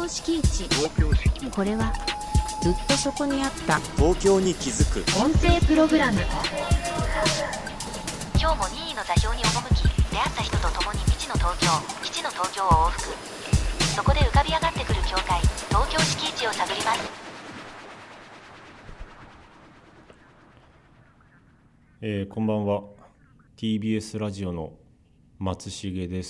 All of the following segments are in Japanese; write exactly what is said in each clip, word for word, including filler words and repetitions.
敷地。これはずっとそこにあった東京に気づく音声プログラム。 今日も任意の座標に赴き、出会った人と共に未知の東京、基地の東京を往復。そこで浮かび上がってくる境界、東京敷地を探ります。 えー、こんばんは。 ティービーエス ラジオの松重です。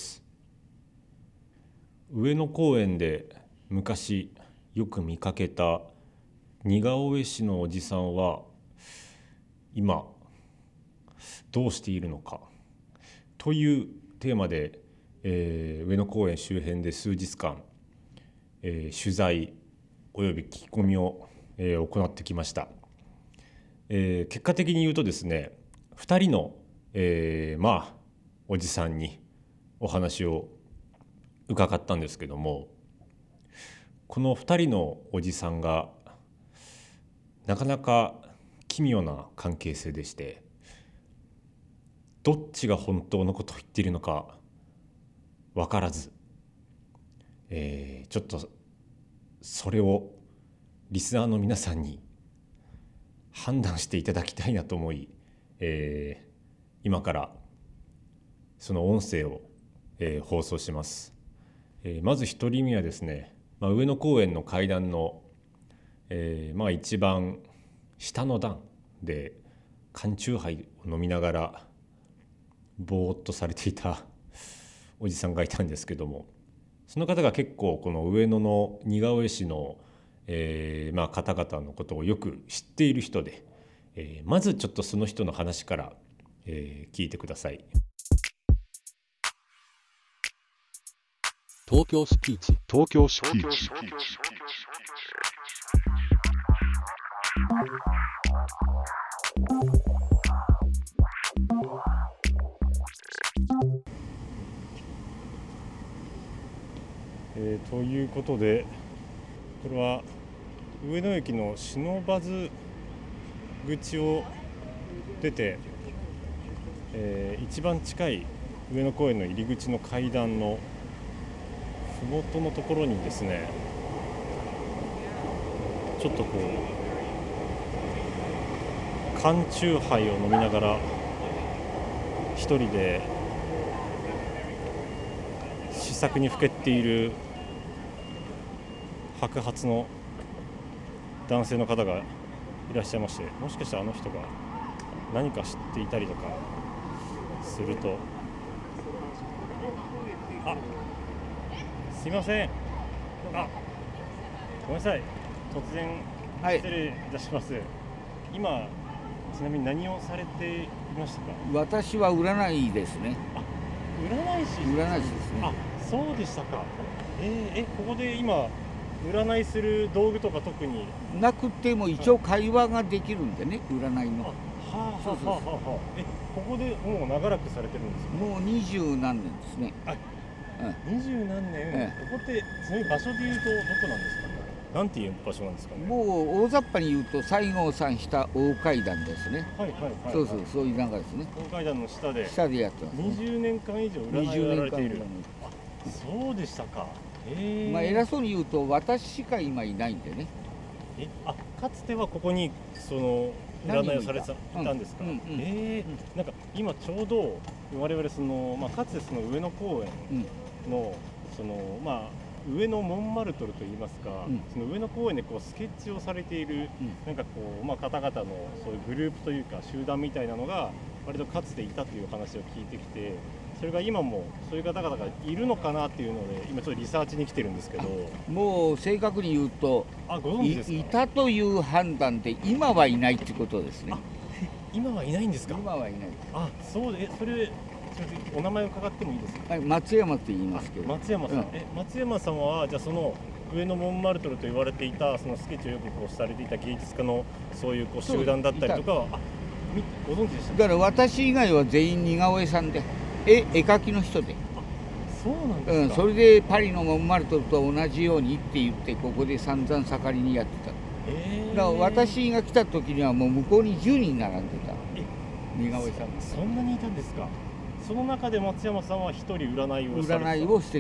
上野公園で昔よく見かけた似顔絵師のおじさんは今どうしているのかというテーマで、えー、上野公園周辺で数日間、えー、取材および聞き込みを、えー、行ってきました。えー、結果的に言うとですね、ふたりの、えー、まあおじさんにお話を伺ったんですけども、このふたりのおじさんがなかなか奇妙な関係性でして、どっちが本当のことを言っているのか分からず、えー、ちょっとそれをリスナーの皆さんに判断していただきたいなと思い、えー、今からその音声を、えー、放送します。えー、まず一人目はですね、まあ、上野公園の階段の、えーまあ、一番下の段で缶チューハイを飲みながらぼーっとされていたおじさんがいたんですけども、その方が結構この上野の似顔絵師の、えーまあ、方々のことをよく知っている人で、えー、まずちょっとその人の話から、えー、聞いてください。 東京敷地。 東京敷地。 えー、ということで、これは上野駅の不忍口を出て、えー、一番近い上野公園の入り口の階段のふもとのところにですね、ちょっとこう缶チューハイを飲みながら一人で試作にふけっている白髪の男性の方がいらっしゃいまして、もしかしたらあの人が何か知っていたりとかすると、あ、すいません、あ、ごめんなさい、突然失礼いたします、はい、今ちなみに何をされていましたか？ 私は占いですね。 あ、占い師占い師ですね。 あ、そうでしたか。えー、えここで今占いする道具とか特になくても一応会話ができるんでね、占いの。 あ、はあはあはあはあ。え、ここでもう長らくされてるんですか？ もう二十何年ですね。 あ、二十何年、ええ、ここってちなみに場所でいうとどこなんですかね？なんていう場所なんですかね？ もう大雑把に言うと西郷さん下大階段ですね。 はいはいはい、はい、 そうそうそういう流れですね。 大階段の下で下でやってます、ね。 二十年間以上占いをやられている。あ、そうでしたか。えー、 まあ偉そうに言うと私しか今いないんでね。 え、あ、かつてはここにその占いをされていたんですか？うんうんうん、えー、なんか今ちょうど我々その、まあ、かつてその上野公園の、うん、そのまあ上野モンマルトルといいますか、うん、その上野公園でこうスケッチをされている、うん、なんかこう、まあ、方々のそういうグループというか集団みたいなのが割とかつていたという話を聞いてきて、それが今もそういう方々がいるのかなっていうので今ちょっとリサーチに来てるんですけど、 もう正確に言うと、 あ、ご存知ですか？ い, いたという判断で今はいないってことですね。 今はいないんですか？ 今はいない。 あ、そうで、それお名前を伺ってもいいですか？ はい、松山と言いますけど。 松山さん、うん、え、松山さんはじゃあその上野モンマルトルと言われていたそのスケッチをよくこうされていた芸術家のそういうこう集団だったりとかは、あ、ご存知でしたか？ だから私以外は全員似顔絵さんで、絵絵描きの人で。 そうなんですか？うん、 それでパリのモンマルトルと同じようにって言ってここで散々盛りにやってた。えー、だから私が来た時にはもう向こうにじゅうにん並んでた似顔絵さんが。 そんなにいたんですか？その中で松山さんは一人占いをされてた。 占いをしてた。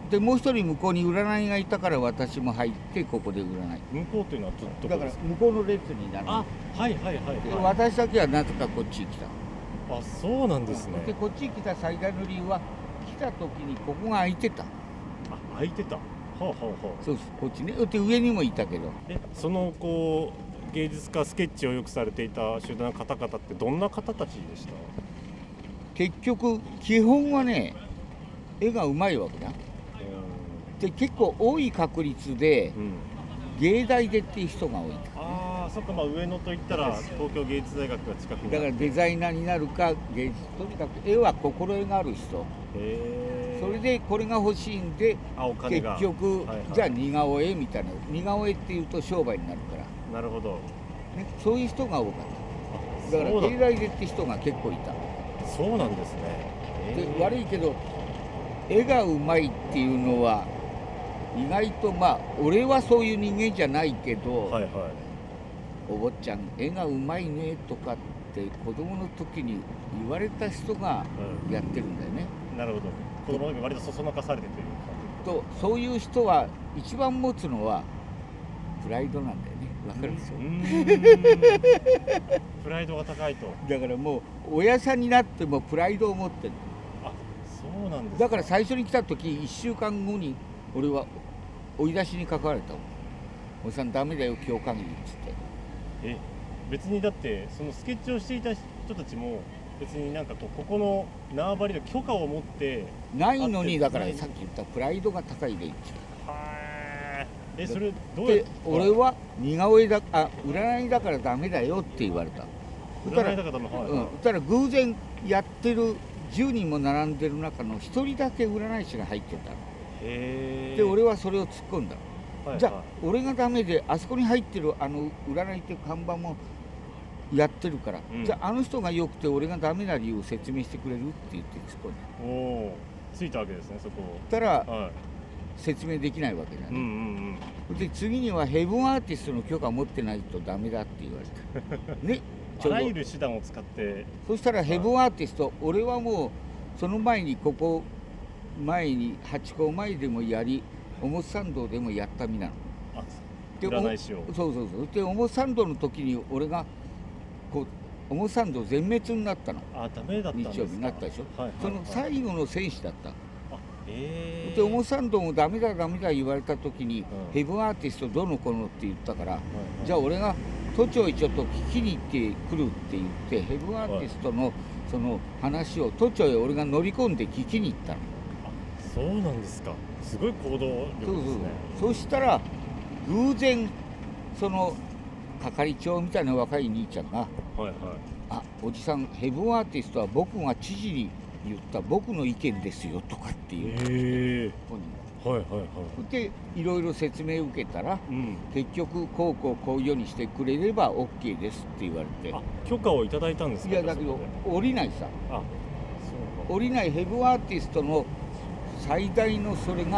でもう一人向こうに占いがいたから私も入ってここで占い。 向こうというのはどどだからこですか？ 向こうの列になる。 あ、はいはいはいではい。 私だけはなぜかこっちに来た。 あ、そうなんですね。 でこっちに来た最大の理由は来た時にここが空いてた。 あ、空いてた。はあはあはあ。 そうですこっちね。で上にもいたけど。 え、そのこう芸術家スケッチをよくされていた集団の方々ってどんな方たちでした？ 結局基本はね絵がうまいわけだ。で結構多い確率でうん。 芸大でっていう人が多い。 ああ、そっか、まあ上野といったら東京芸術大学が近くにだからデザイナーになるか芸術とにかく絵は心得がある人。 へえ。 それでこれが欲しいんであ、お金結が。 局、 はいはいじゃあ似顔絵みたいな似顔絵っていうと商売になるから、 なるほど。 ね、そういう人が多かっただからそうだ芸大でって人が結構いた。 そうなんですね。 でえー悪いけど絵がうまいっていうのは意外とまあ俺はそういう人間じゃないけど、 はいはい。 お坊ちゃん絵がうまいねとかって子供の時に言われた人がうやってるんだよね。 ん。なるほど。子供の時割とそそのかされてというとそういう人は一番持つのはプライドなんだよね。わかるでしょ。 うーん。プライドが高いと。 だからもう親さんになってもプライドを持ってる。 あ、そうなんですだから最初に来た時いっしゅうかんごに俺は追い出しに関われたもん。おじさんダメだよ今日限りっつって。 え、別にだってそのスケッチをしていた人たちも別になんかこうここの縄張りの許可を持ってないのあってにだからないさっき言ったプライドが高いで言ってはーえそれどうた。でやって俺は似顔絵だあ占いだからダメだよって言われた。そしたら占いだからのはいうん、そしたら偶然やってるじゅうにんも並んでる中のひとりだけ占い師が入ってた。 へーで俺はそれを突っ込んだ。 はいじゃあはい俺がダメであそこに入ってるあの占いっていう看板もやってるから、 うんじゃああの人が良くて俺がダメな理由を説明してくれるって言って突っ込んだ。 おおついたわけですねそこそしたらは説明できないわけだいうんうんね、 うんで次にはヘブンアーティストの許可持ってないとダメだって言われたねちょうどあらゆる手段を使ってそしたらヘブンアーティスト俺はもうその前にここ前に八甲前でもやり表参道でもやった身なの。 あで占い師をそうそうそうで表参道の時に俺がこう表参道全滅になったの。 あダメだったんですか日曜日になったでしょ、 はいはいはいその最後の戦士だった。 あえーで表参道もダメだダメだ言われた時に、 うんヘブンアーティストどの子のって言ったから、 はいはいじゃあ俺が都庁へちょっと聞きに行ってくるって言ってヘブンアーティストのその話を都庁へ俺が乗り込んで聞きに行ったの。 そうなんですかすごい行動力ですそうねそうそしたら偶然その係長みたいな若い兄ちゃんがはいはい 「あおじさんヘブンアーティストは僕が知事に言った僕の意見ですよ」とかっていうへえ本人はいはいはいでいろいろ説明を受けたらうん結局こうこうこういうようにしてくれれば OK ですって言われてあ許可をいただいたんですかいやだけどそこで降りないさあそうか降りないヘブンアーティストの最大のそれがうんうんうん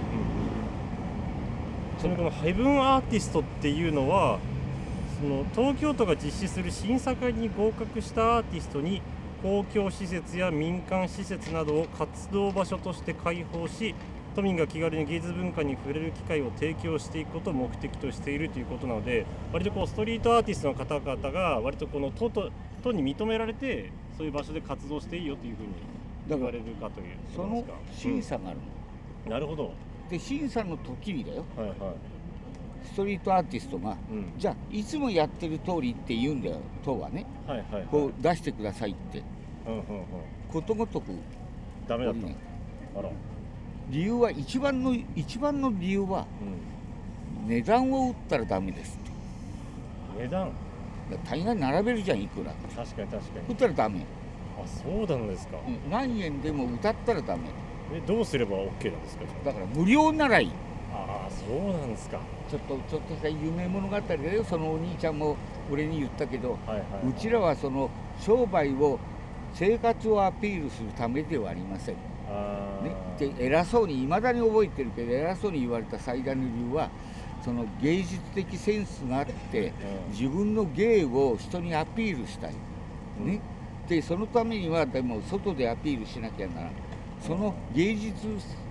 ちなみにこのヘブンアーティストっていうのはその東京都が実施する審査会に合格したアーティストに公共施設や民間施設などを活動場所として開放し都民が気軽に芸術文化に触れる機会を提供していくことを目的としているということなので割とこうストリートアーティストの方々が割とこの都と都に認められてそういう場所で活動していいよというふうに言われるかというその審査があるの、 うんなるほどで審査の時にだよはいはいストリートアーティストがうんじゃあいつもやってる通りって言うんだよ党はねはいはいはいこう出してくださいってうんうんうんことごとくダメだった降りないあら理由は一番の一番の理由はうん値段を売ったらダメですって値段だから大概並べるじゃんいくら確かに確か売っにたらダメ、 あそうなんですかうん何円でも歌ったらダメえどうすれば OK なんですかだから無料ならいいああそうなんですかちょっとちょっとした夢物語だよそのお兄ちゃんも俺に言ったけど、 はいはいうちらはその商売を生活をアピールするためではありません、ね、 あで偉そうにいまだに覚えてるけど偉そうに言われた最大の理由はその芸術的センスがあってうん自分の芸を人にアピールしたい、ねでそのためにはでも外でアピールしなきゃならんその芸術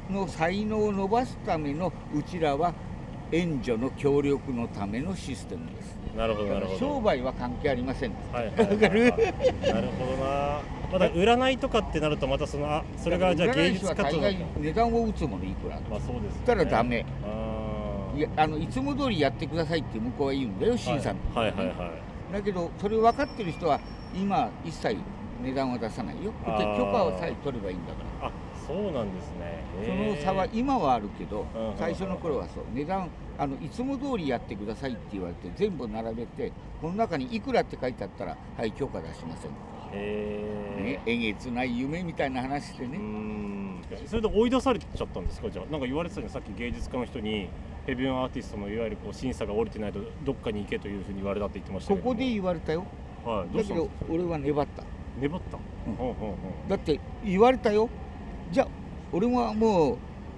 の才能を伸ばすためのうちらは援助の協力のためのシステムです。 なるほどなるほど。 商売は関係ありません。 はいはいはいはい、なるほどな。まだ占いとかってなるとまたそのあそれがじゃあ芸術活動だと値段を打つものいくら。 まあそうです、ね。 たらダメ。 あいやあのいつも通りやってくださいって向こうは言うんだよ、審査の、 はい、はいはいはい。 だけどそれ分かってる人は今一切値段は出さないよ。で許可をさえ取ればいいんだから。 あ、そうなんですね。 その差は今はあるけど、 うん最初の頃はそう値段あのいつも通りやってくださいって言われて全部並べてこの中にいくらって書いてあったらはい許可出しません。 へね、えげつない夢みたいな話でうーね。 ん。それで追い出されちゃったんですか。じゃあなんか言われてたじゃん、さっき芸術家の人にヘビーアーティストのいわゆるこう審査が下りてないとどっかに行けというふうに言われたって言ってましたけども。 ここで言われたよ。 はい。どうだけしたんですか。 ど俺は粘った。 粘った。 うんほうほうほう。 だって言われたよ。じゃあ俺はもう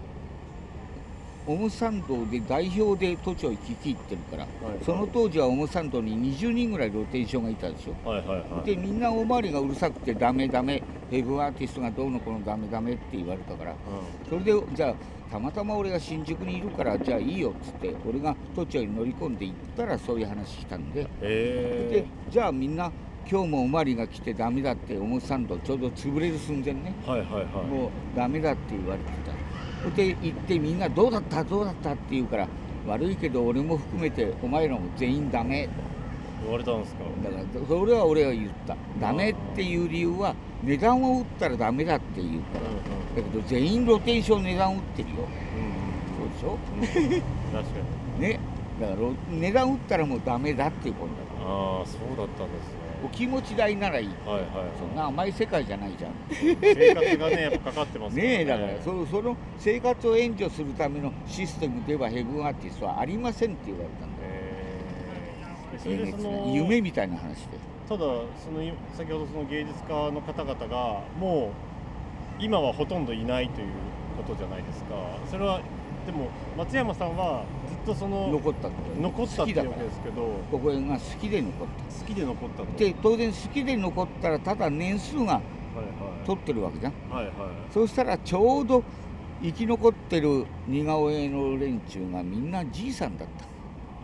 表参道で代表で都庁に聞き入ってるから、 はいはい、 その当時は表参道ににじゅうにんぐらい露天商がいたでしょ。 はいはいはい。 でみんな大回りがうるさくてダメダメヘブアーティストがどうのこうのダメダメって言われたから、 うそれでじゃあたまたま俺が新宿にいるからじゃあいいよっつって俺が都庁に乗り込んで行ったらそういう話したんで、 ん。へでじゃあみんな今日もおまわりが来てダメだって表参道ちょうど潰れる寸前ね、 はいはいはい。 もうダメだって言われてた。で行ってみんなどうだったどうだったって言うから悪いけど俺も含めてお前らも全員ダメ言われたんですか。 だからそれは俺が言ったダメっていう理由は値段を打ったらダメだって言うから、だけど全員露天商値段打ってるよ。 うんうん。 そうでしょ、 うん、確かに。 ね、だから値段打ったらもうダメだっていうことだからああ、そうだったんですね。 お気持ち代ならいい、 はいはい、 そんな甘い世界じゃないじゃん生活がねやっぱかかってますからね。 ねえだからそその生活を援助するためのシステムではヘブンアーティストはありませんって言われたんだよ。 えー、それでその夢みたいな話で。 ただその先ほどその芸術家の方々がもう今はほとんどいないということじゃないですか。それはでも松山さんはずっとその残ったんだよ。 残ったっていうわけですけど、 ここが好きで残った。 好きで残ったと。 で当然好きで残ったらただ年数がはいはい取ってるわけじゃん。 はいはい。 そうしたらちょうど生き残ってる似顔絵の連中がみんなじいさんだった。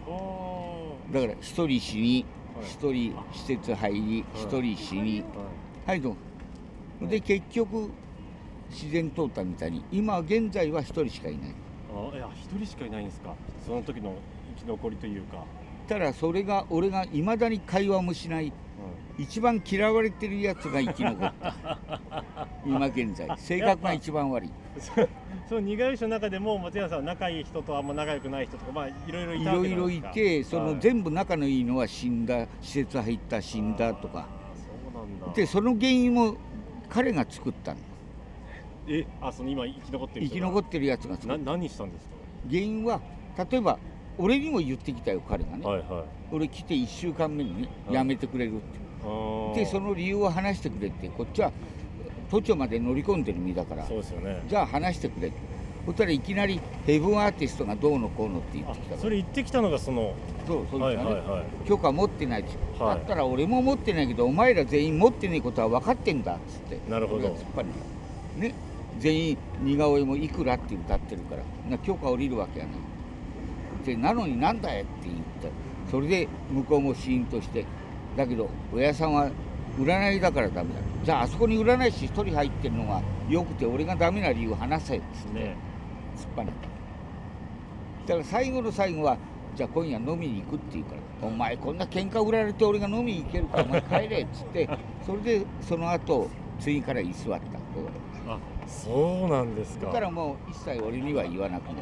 おだから一人死にはい一人施設入り一人死に、はいどうもで結局自然淘汰みたいに今現在は一人しかいない。 あいや一人しかいないんですか。その時の生き残りというか。 ただそれが俺がいまだに会話もしない、うん、一番嫌われてるやつが生き残った今現在性格が一番悪いその似顔絵師の中でも松山さんは仲いい人とあんま仲良くない人とかまあいろいろいたわけいろいなんですか。 ろいてその、 はい、 全部仲のいいのは死んだ施設入った死んだとかそうなんだ。 でその原因も彼が作ったの。 えあその今生き残ってる人生き残ってるやつが作った。 な何したんですか。 原因は例えば俺にも言ってきたよ彼がね、 はいはい、 俺来ていっしゅうかんめにね、 はい、 やめてくれるってでその理由を話してくれってこっちは都庁まで乗り込んでる身だからそうですよね。 じゃあ話してくれってそしたらいきなりヘブンアーティストがどうのこうのって言ってきたから。 それ言ってきたのがそのそうそうですよね、 はいはいはい、 許可持ってないでしょ、はい、だったら俺も持ってないけどお前ら全員持ってないことは分かってんだっつって。 なるほど。 突っ張りね全員似顔絵もいくらって歌ってるからな許可下りるわけやない。でなのになんだよって言ったらそれで向こうもシーンとしてだけど親さんは占いだからダメだ。じゃああそこに占い師一人入ってるのがよくて俺がダメな理由話せっつって、ね、突っ張りだから最後の最後はじゃあ今夜飲みに行くって言うからお前こんな喧嘩売られて俺が飲みに行けるかお前帰れっつってそれでその後次から居座った。 あそうなんですか。 だからもう一切俺には言わなくなった。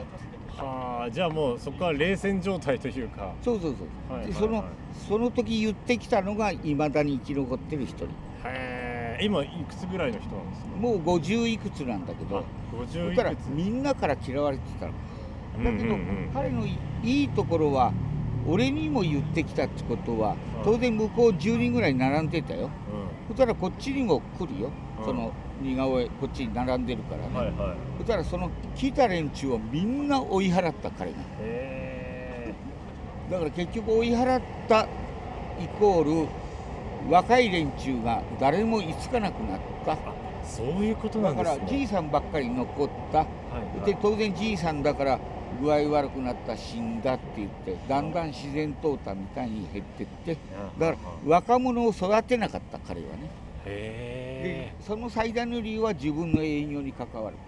はあじゃあもうそこは冷戦状態というか。 そうそうそう、 はいはいはい、 でそのその時言ってきたのがいまだに生き残ってる一人。 へえ今いくつぐらいの人なんですか。 もうごじゅういくつなんだけどごじゅういくつだからみんなから嫌われてたのだけど、 うんうんうん、 彼のいいところは俺にも言ってきたってことは、うん、当然向こうじゅうにんぐらい並んでたよ、うん、そしたらこっちにも来るよ、うん、その似顔絵こっちに並んでるからね、はいはい、そしたらその来た連中をみんな追い払った彼が。へだから結局追い払ったイコール若い連中が誰も居つかなくなった。 そういうことなだかんですね。 らじいさんばっかり残った、 はいはい、 で当然じいさんだから具合悪くなった死んだって言ってだんだん自然淘汰みたいに減ってってだから若者を育てなかった彼はね。 へでその最大の理由は自分の営業に関わるから。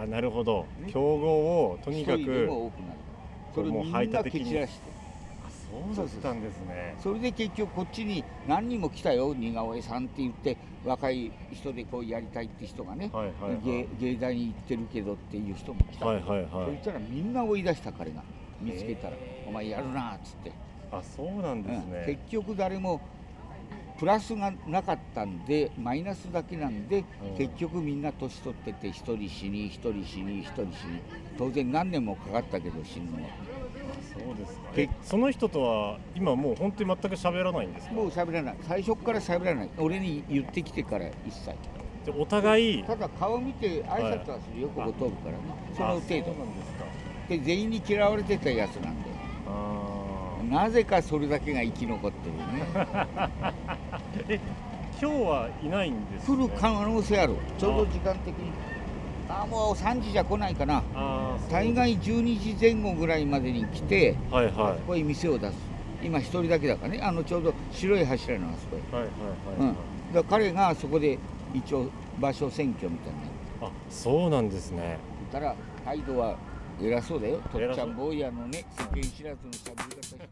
あ、なるほど、 ね、 競合をとにかく一人でも多くなる。それをみんな蹴散らして。 そうだったんですね。 それで結局こっちに何人も来たよ、似顔絵さんって言って若い人でこうやりたいって人がね、はいはいはい、芸, 芸大に行ってるけどっていう人も来た、はいはいはい、そしたらみんな追い出した彼が見つけたら「お前やるな」っつって。 あ、そうなんですね、 うん、結局誰もプラスがなかったんでマイナスだけなんで、うん、結局みんな年取ってて一人死に一人死に一人死に当然何年もかかったけど死ぬのは。 そうですか。え、その人とは今もう本当に全く喋らないんですか？ もう喋らない。最初から喋らない。俺に言ってきてから一切。 じゃお互いただ顔見て挨拶はするよ、ここ通るからね。その程度。そうなんですか。で全員に嫌われてたやつなんで。あ、なぜかそれだけが生き残ってるね。 え、今日はいないんですか、ね？ 来る可能性ある。ちょうど時間的に。あ、もうさんじじゃ来ないかな。大概じゅうにじぜん後ぐらいまでに来て、はいはい、ここへ店を出す。今一人だけだからね、あのちょうど白い柱のあそこへ、はいはいはいはい、うん、だから彼がそこで一応場所選挙みたいな。 あ、そうなんですね。 だから態度は偉そうだよ。とっちゃん坊やのね、世間知らずのしゃべり方して。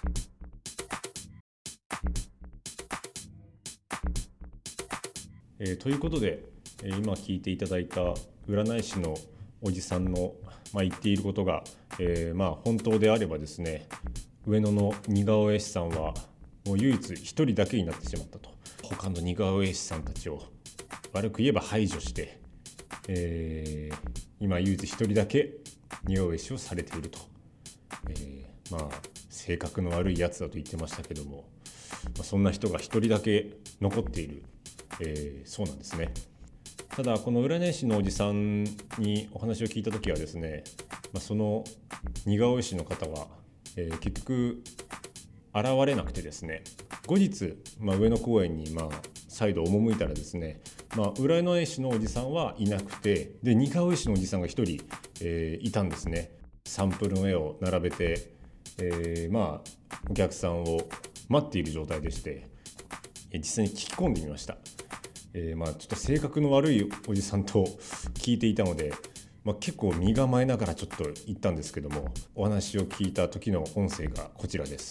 えー、ということで、えー、今聞いていただいた占い師のおじさんの、まあ、言っていることが、えーまあ、本当であればですね、上野の似顔絵師さんはもう唯一一人だけになってしまったと。他の似顔絵師さんたちを悪く言えば排除して、えー、今唯一一人だけ似顔絵師をされていると、えー、まあ性格の悪いやつだと言ってましたけども、まあ、そんな人が一人だけ残っている、えー、そうなんですね。ただこの占い師のおじさんにお話を聞いたときはですね、まあ、その似顔絵師の方は、えー、結局現れなくてですね、後日、まあ、上野公園にまあ再度赴いたらですね、まあ、占い師のおじさんはいなくて、で似顔絵師のおじさんが一人、えー、いたんですね。サンプルの絵を並べて、えー、まあお客さんを待っている状態でして、実際に聞き込んでみました。えー、まあちょっと性格の悪いおじさんと聞いていたので、まあ、結構身構えながらちょっと言ったんですけども、お話を聞いた時の音声がこちらです。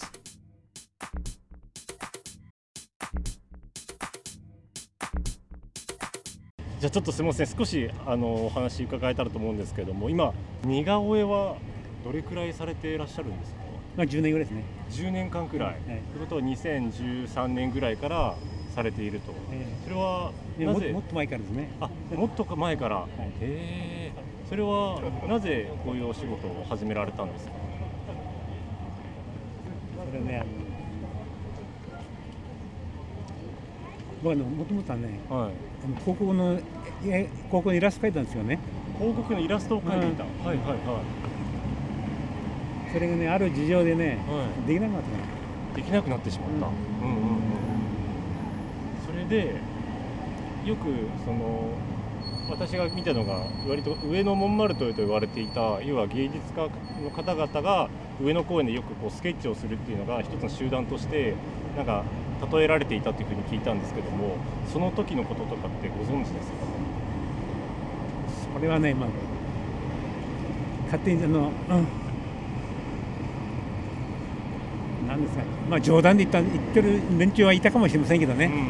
じゃあちょっとすみません、少しあのお話伺えたらと思うんですけども、今似顔絵はどれくらいされていらっしゃるんですか？ まあ、じゅうねんぐらいですね。 じゅうねんかんくらい、はい、ということはにせんじゅうさんねんぐらいからされていると、えー、それはなぜ？ もっと前からですね。 あ、もっと前から、はい、へー、それはなぜこういうお仕事を始められたんですか？ それね、あの僕はもともとはね、はい、あの高校の高校のイラスト描いたんですよね。 広告のイラストを描いていた、うん、はいはいはい。 それがね、ある事情でね、はい、できなくなったかな。できなくなってしまった、うん、うんうんうん。それでよくその私が見たのが割と上野モンマルトと言われていた、要は芸術家の方々が上野公園でよくこうスケッチをするっていうのが一つの集団としてなんか例えられていたというふうに聞いたんですけども、その時のこととかってご存知ですか？ それはね、まあ、勝手にあの、うん、なんですか、まあ冗談で言った言ってる連中はいたかもしれませんけどね、うんうんうんうん、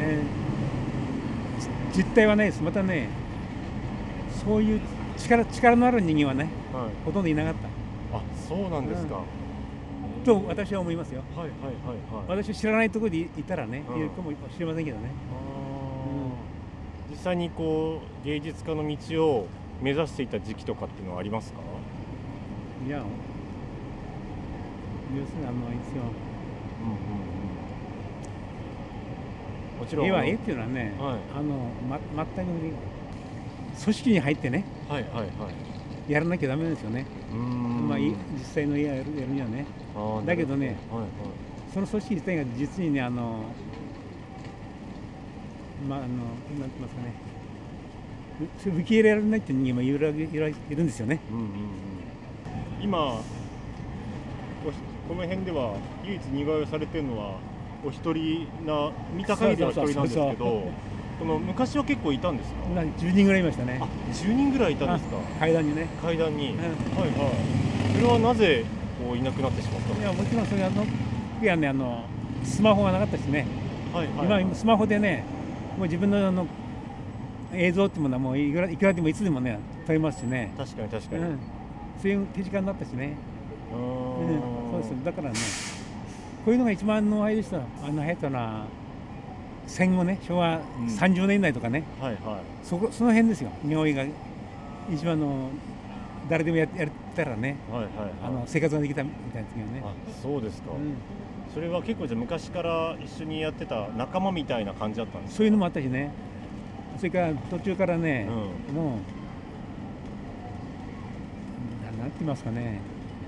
えー、実態はね、またね、そういう力力のある人間はね、はい、ほとんどいなかった。 あ、そうなんですか。 うん、と私は思いますよ。 はいはいはいはい。 私知らないところでいたらね、いるかもしれませんけどね。 うん、実際にこう芸術家の道を目指していた時期とかっていうのはありますか？ いや、要するにあの一応、うんうんうん、もちろん絵は絵っていうのはね、はい、あのま全く組織に入ってね、はいはいはい、やらなきゃダメなんですよね。うーん、まあ実際の絵をやるやるにはね。だけどね、はいはい、その組織自体が実にね、あのまああのなんて言いますかね、う受け入れられないっていう人間もいるいるいるんですよね。 うんうんうん、今この辺では唯一似顔絵されてるのはお一人な、見た限りは一人なんですけど、この昔は結構いたんですか？ じゅうにんぐらいいましたね。 あ、じゅうにんぐらいいたんですか？ 階段にね。 階段に、 うん、 はいはい。それはなぜこういなくなってしまったんですか？ いや、もちろんそれあの時はね、あのスマホがなかったしね、 はいはいはい、 今スマホでね、もう自分のあの映像っていうものはもういくらいくらでもいつでもね撮れますしね。 確かに確かに、 うん、そういう手近になったしね。 うーん、 うん、そうです。だからね、こういうのが一番のあれでした。あの流行ったのは戦後ね、しょうわさんじゅうねんだいとかね、 うん、はいはい、 そこその辺ですよ。似顔絵が一番の誰でもややったらね、 はいはいはい、 あの生活ができたみたいな時はね。 あ、そうですか、 うん、 それは結構じゃあ昔から一緒にやってた仲間みたいな感じだったんですか？ そういうのもあったしね。それから途中からね、うん、もうな、なんて言いますかね、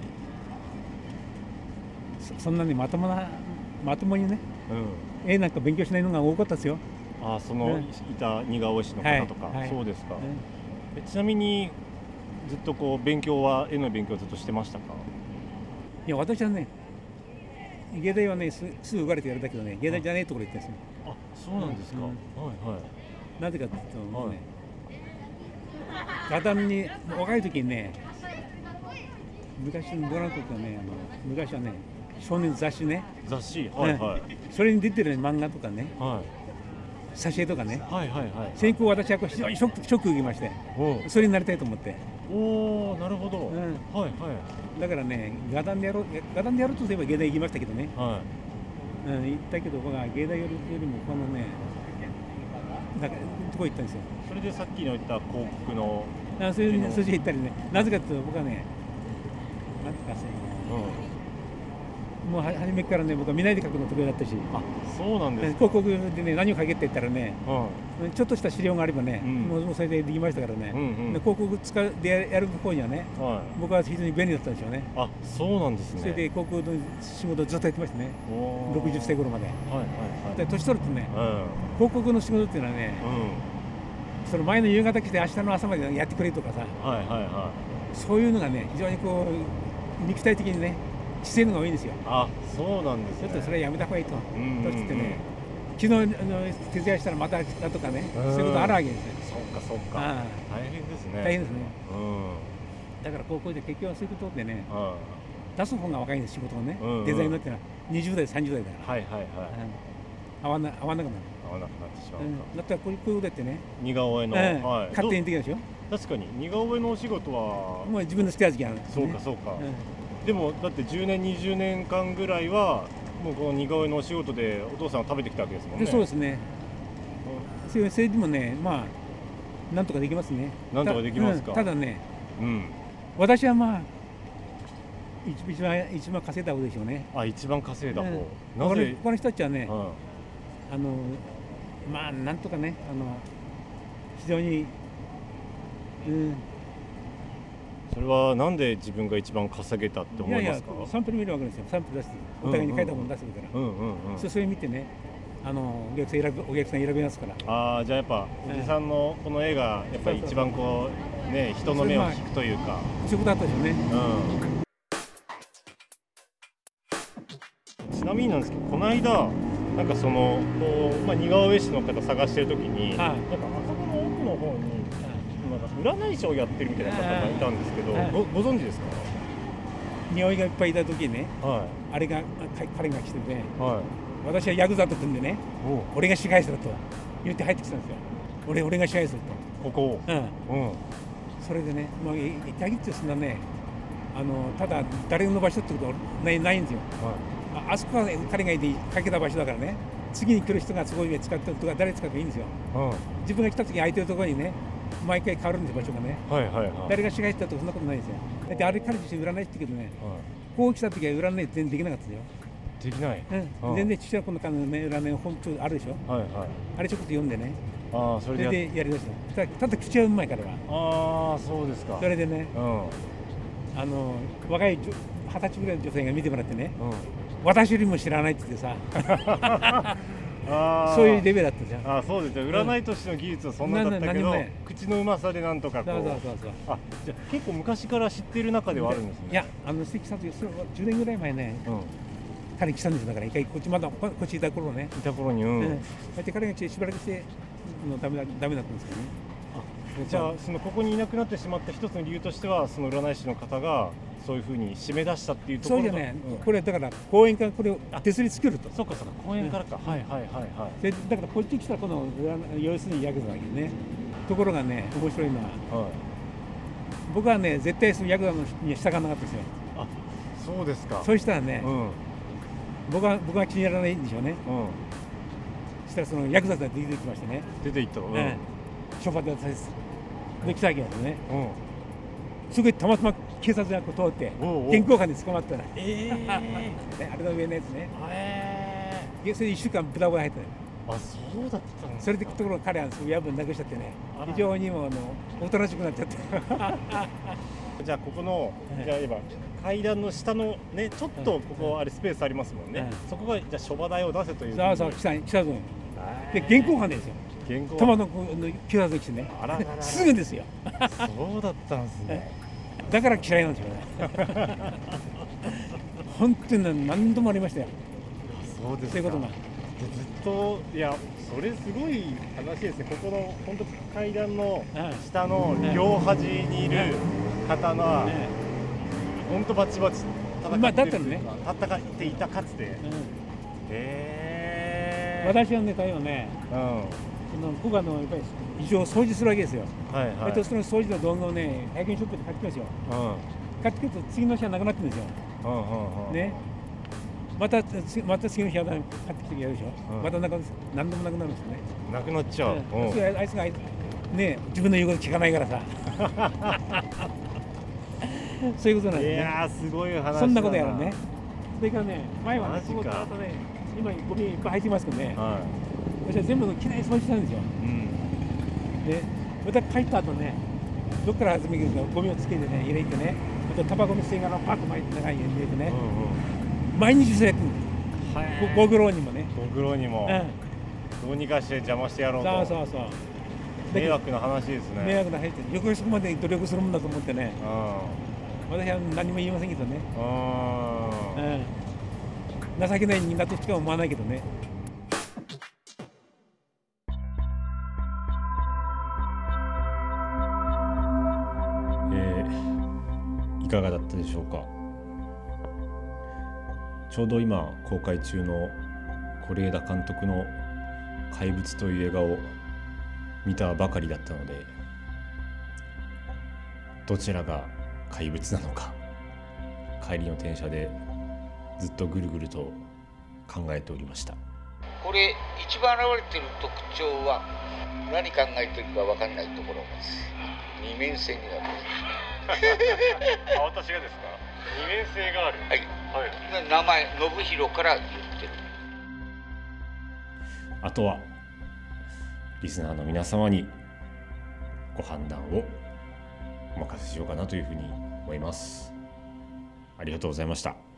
そ, そんなにまともなまともにね、うん、絵なんか勉強しないのが多かったですよ。 ああ、その、うん、いた似顔絵師の方とか、はいはい、そうですか、うん、えちなみにずっとこう勉強は絵の勉強ずっとしてましたか？ いや、私はね、芸大はね す, すぐ受かれてやるだけどね、芸大じゃないところ行ってるんですよ。 あ、そうなんですか、うん、はいはい。 なぜかというと、はい、ね、画壇に若い時にね、昔のドラマとかね、あの昔はね、少年雑誌ね、 雑誌、はいはい、 それに出てる漫画とかね、はい、挿絵とかね、 はいはいはい、 先行私はこう非常にショック、ショック受けまして、それになりたいと思って。 おお、なるほど、うん、はいはい。 だからね、画壇でやろう、画壇でやろうとすれば芸大行きましたけどね、はい、うん、行ったけど、僕は芸大よりもこのね、だからどこ行ったんですよ。 それでさっきの言った広告のあ、そういう筋行ったりね、なぜかというと僕はね、なんていうかその、うん、もう初めからね、僕は見ないで書くの得意だったし。あ、 そうなんですか。 広告でね、何を書けって言ったらね、うん、ちょっとした資料があればね、うん、もうそれでできましたからね、うんうん、で広告使うでやる方にはね、はい、僕は非常に便利だったんでしょうね。 あ、そうなんですね。 それで広告の仕事をずっとやってましたね、ろくじゅっさい頃まで。はいはいはい、で年取るとね、うん、広告の仕事っていうのはね、うん、その前の夕方来て明日の朝までやってくれとかさ、はいはいはい、そういうのがね、非常にこう肉体的にね、きついのが多いんですよ。あ、 そうなんですね。 ちょっとそれはやめた方がいいと。うんうんうん、とってね、昨日あの徹夜したらまただとかね、そういうことあるわけですよ。 そうかそうか。ああ、大変ですね。 大変ですね。うん、だから高校で結局はそういうことでね、出す方が若いんです、仕事をね、うんうん、デザインのってのはにじゅうだいさんじゅうだいだから。はいはいはい。うん、合わな合わなくなる。 合わなくなってしまうか。うん、だったらこういうことってね、 似顔絵の、 うん、はい、勝手にできるでしょ。 確かに似顔絵のお仕事はもう自分の好きな時期あるんですね。 そうかそうか。うん、でもだってじゅうねんにじゅうねんかんぐらいはもうこの似顔絵のお仕事でお父さんは食べてきたわけですもんね。 そうですね。うん、それでもね、まあなんとかできますね。 なんとかできますか。 た,、うん、ただね、うん、私はまあ一番一番稼いだ方でしょうね。 あ、一番稼いだ方。うん、 なぜ他の人たちはね、うん、あのまあなんとかね、あの非常に、うん。 それはなんで自分が一番稼げたって思いますか？ いやいや、サンプル見るわけですよ。サンプル出して、お互いに書いたもの出してるから、うんうんうん、それ見てね、あのお客さん選び、お客さん選びますから。 ああ、じゃあやっぱおじさんのこの絵がやっぱり一番こうね、人の目を引くというか。 そういうことだったでしょうね。 うん、ちなみになんですけど、この間なんかそのこう、まあ、似顔絵師の方探してるときに、はい、なんかあそこの奥の方に。占い師をやってるみたいな方がいたんですけど、はい、ご, ご存知ですか？ 似顔絵がいっぱいいた時にね、はい、あれが彼が来てね、はい、私はヤクザと組んでね、俺が支配すると言って入ってきたんですよ。俺俺が支配すると。ここを。うん。うん。 それでね、もうヤギってそんなね、あのただ誰の場所ってことはないないんですよ。はい、あ, あそこは、ね、彼がいてかけた場所だからね、次に来る人がすごい使ってるとか誰使ってもいいんですよ。うん、自分が来た時に空いてるところにね。毎回変わるんです場所がね、はいはいはい、誰が支配したとかそんなことないですよ。だってあれ彼自身占い師って言うけどね、はい、こう来た時は占い全然できなかったですよ。 できない、 うん、全然父はこの間の、ね、占い本当あるでしょ、はいはい、あれちょっと読んでね、あそれ で, それでやりだしたただただ口はうまいからは。 ああ、そうですか。 それでね、うん、あの若いはたちぐらいの女性が見てもらってね、うん、私よりも知らないって言ってさあそういうレベルだったじゃん。 あそうですよ、占いとしての技術はそんなだったけど、口のうまさでなんとかこう。そうそうそうそう。あ、じゃあ結構昔から知ってる中ではあるんですね。 いや、あの関さんとじゅうねんぐらい前ね、うん、彼来たんですよ。だから一回こっちまだこっちいた頃ね。 いた頃に、うん。 だって彼が来てしばらくしてのダメだダメだったんですけどね。 じゃあそのここにいなくなってしまった一つの理由としては、その占い師の方がそういうふうに締め出したっていうところ。 そうじゃね、うん、これだから公園からこれを手すり作ると。 そうかそうか、公園からか、うん、はいはいはいはい。 でだからこっち来たらこの要するにヤクザだけどね。ところがね、面白いのは、はい、僕はね絶対そのヤクザのに従わなかったですよ。 あ、そうですか。 そうしたらね、うん、僕は僕は気にならないんでしょうね。うん、そしたらそのヤクザが出てきましてね。 出ていった。うん、 ええ、処罰だったです。で来たわけですね。うん、すぐたまたま警察が通って現行犯で捕まったら、えー、あれの上のやつね。えー、それでいっしゅうかん豚小屋入ったの。あ、そうだったんですか。 それでところ彼はすぐ夜分なくしちゃってね、非常にもあのおとなしくなっちゃってじゃあここの、じゃあ今階段の下のね、ちょっとここあれスペースありますもんね、うん、そこがじゃあ諸場代を出せという。 そうそう、来た来た分で現行犯ですよ。玉の警察が来てね、 あらららすぐですよ。 そうだったんですね。 だから嫌いなんですよね。本当に何度もありましたよ。 そうですか。 そういうことが。 ずっと、いや、それすごい話ですね。ここの本当階段の下の両端にいる方の本当バチバチ戦ってる、ね、戦っていたかつて。うん、へえ。私はね、例えばね。うん。その僕はのやっぱり一応掃除するわけですよ。はいはい。その掃除の道具をね、ひゃくえんショップで買ってきますよ。うん。買ってくると次の日はなくなってるんですよ。うんうんうん。ね。またまた次の日は買ってきてやるでしょ。うん、またなんか何でもなくなるんですよね。 なくなっちゃう。 うん。あいつがね、自分の言うこと聞かないからさ。そういうことなんですね。 いやー、すごい話だな。 そんなことやるね。それからね、前はね、ここからとね、今ゴミいっぱい入ってますけどね。はい。私は全部きれいに掃除したんですよ。うん、で、また帰った後ね、どっから集めるかゴミをつけてね、入れてね、またタバコの吸い殻をパッと巻いて中に入れてね、うんうん、毎日そうやってるんです。ご苦労にもね。 ご苦労にも、うん、どうにかして邪魔してやろうと。 そうそうそう。 迷惑な話ですね。 迷惑な話で、よくそこまで努力するもんだと思ってね。うん、私は何も言いませんけどね。うん、情けない人間だとしか思わないけどね。 いかがだったでしょうか。ちょうど今公開中の是枝監督の怪物という映画を見たばかりだったので、どちらが怪物なのか帰りの電車でずっとぐるぐると考えておりました。 これ一番現れている特徴は何考えているか分かんないところです。二面性になるんです。 あ、私がですか。二面性がある。 はい。はい、名前信弘から言ってる。 あとはリスナーの皆様にご判断をお任せしようかなというふうに思います。ありがとうございました。